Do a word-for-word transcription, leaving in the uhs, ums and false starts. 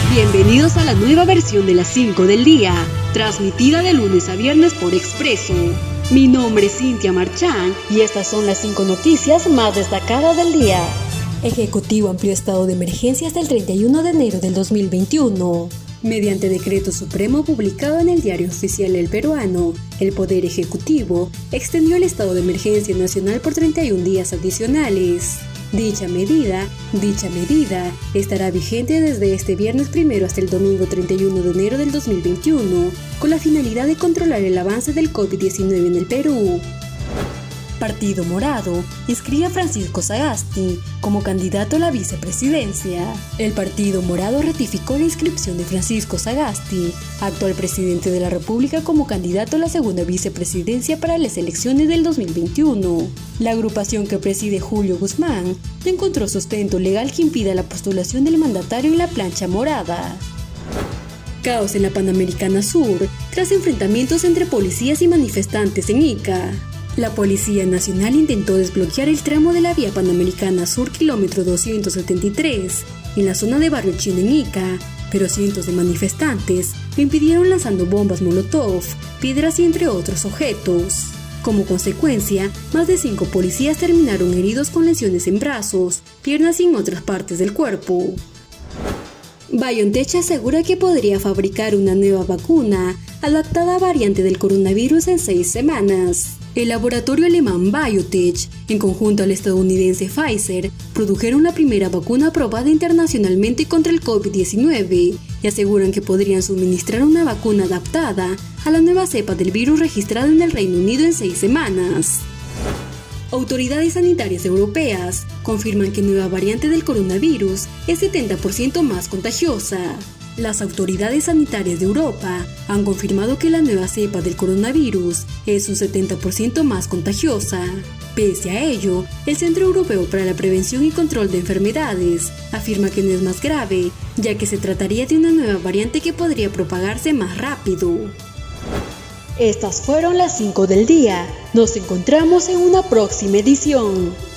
Bienvenidos a la nueva versión de las cinco del día, transmitida de lunes a viernes por Expreso. Mi nombre es Cintia Marchán y estas son las cinco noticias más destacadas del día. Ejecutivo amplió estado de emergencia hasta el treinta y uno de enero del dos mil veintiuno. Mediante decreto supremo publicado en el Diario Oficial El Peruano, el Poder Ejecutivo extendió el estado de emergencia nacional por treinta y un días adicionales. Dicha medida, dicha medida estará vigente desde este viernes primero hasta el domingo treinta y uno de enero del dos mil veintiuno, con la finalidad de controlar el avance del COVID diecinueve en el Perú. Partido Morado inscribe a Francisco Sagasti como candidato a la vicepresidencia. El Partido Morado ratificó la inscripción de Francisco Sagasti, actual presidente de la República, como candidato a la segunda vicepresidencia para las elecciones del dos mil veintiuno. La agrupación que preside Julio Guzmán no encontró sustento legal que impida la postulación del mandatario en la plancha morada. Caos en la Panamericana Sur tras enfrentamientos entre policías y manifestantes en Ica. La Policía Nacional intentó desbloquear el tramo de la vía Panamericana Sur kilómetro doscientos setenta y tres en la zona de Barrio Chino en Ica, pero cientos de manifestantes lo impidieron lanzando bombas molotov, piedras y entre otros objetos. Como consecuencia, más de cinco policías terminaron heridos con lesiones en brazos, piernas y en otras partes del cuerpo. BioNTech asegura que podría fabricar una nueva vacuna adaptada a variante del coronavirus en seis semanas. El laboratorio alemán BioNTech, en conjunto al estadounidense Pfizer, produjeron la primera vacuna aprobada internacionalmente contra el COVID diecinueve y aseguran que podrían suministrar una vacuna adaptada a la nueva cepa del virus registrada en el Reino Unido en seis semanas. Autoridades sanitarias europeas confirman que nueva variante del coronavirus es setenta por ciento más contagiosa. Las autoridades sanitarias de Europa han confirmado que la nueva cepa del coronavirus es un setenta por ciento más contagiosa. Pese a ello, el Centro Europeo para la Prevención y Control de Enfermedades afirma que no es más grave, ya que se trataría de una nueva variante que podría propagarse más rápido. Estas fueron las cinco del día. Nos encontramos en una próxima edición.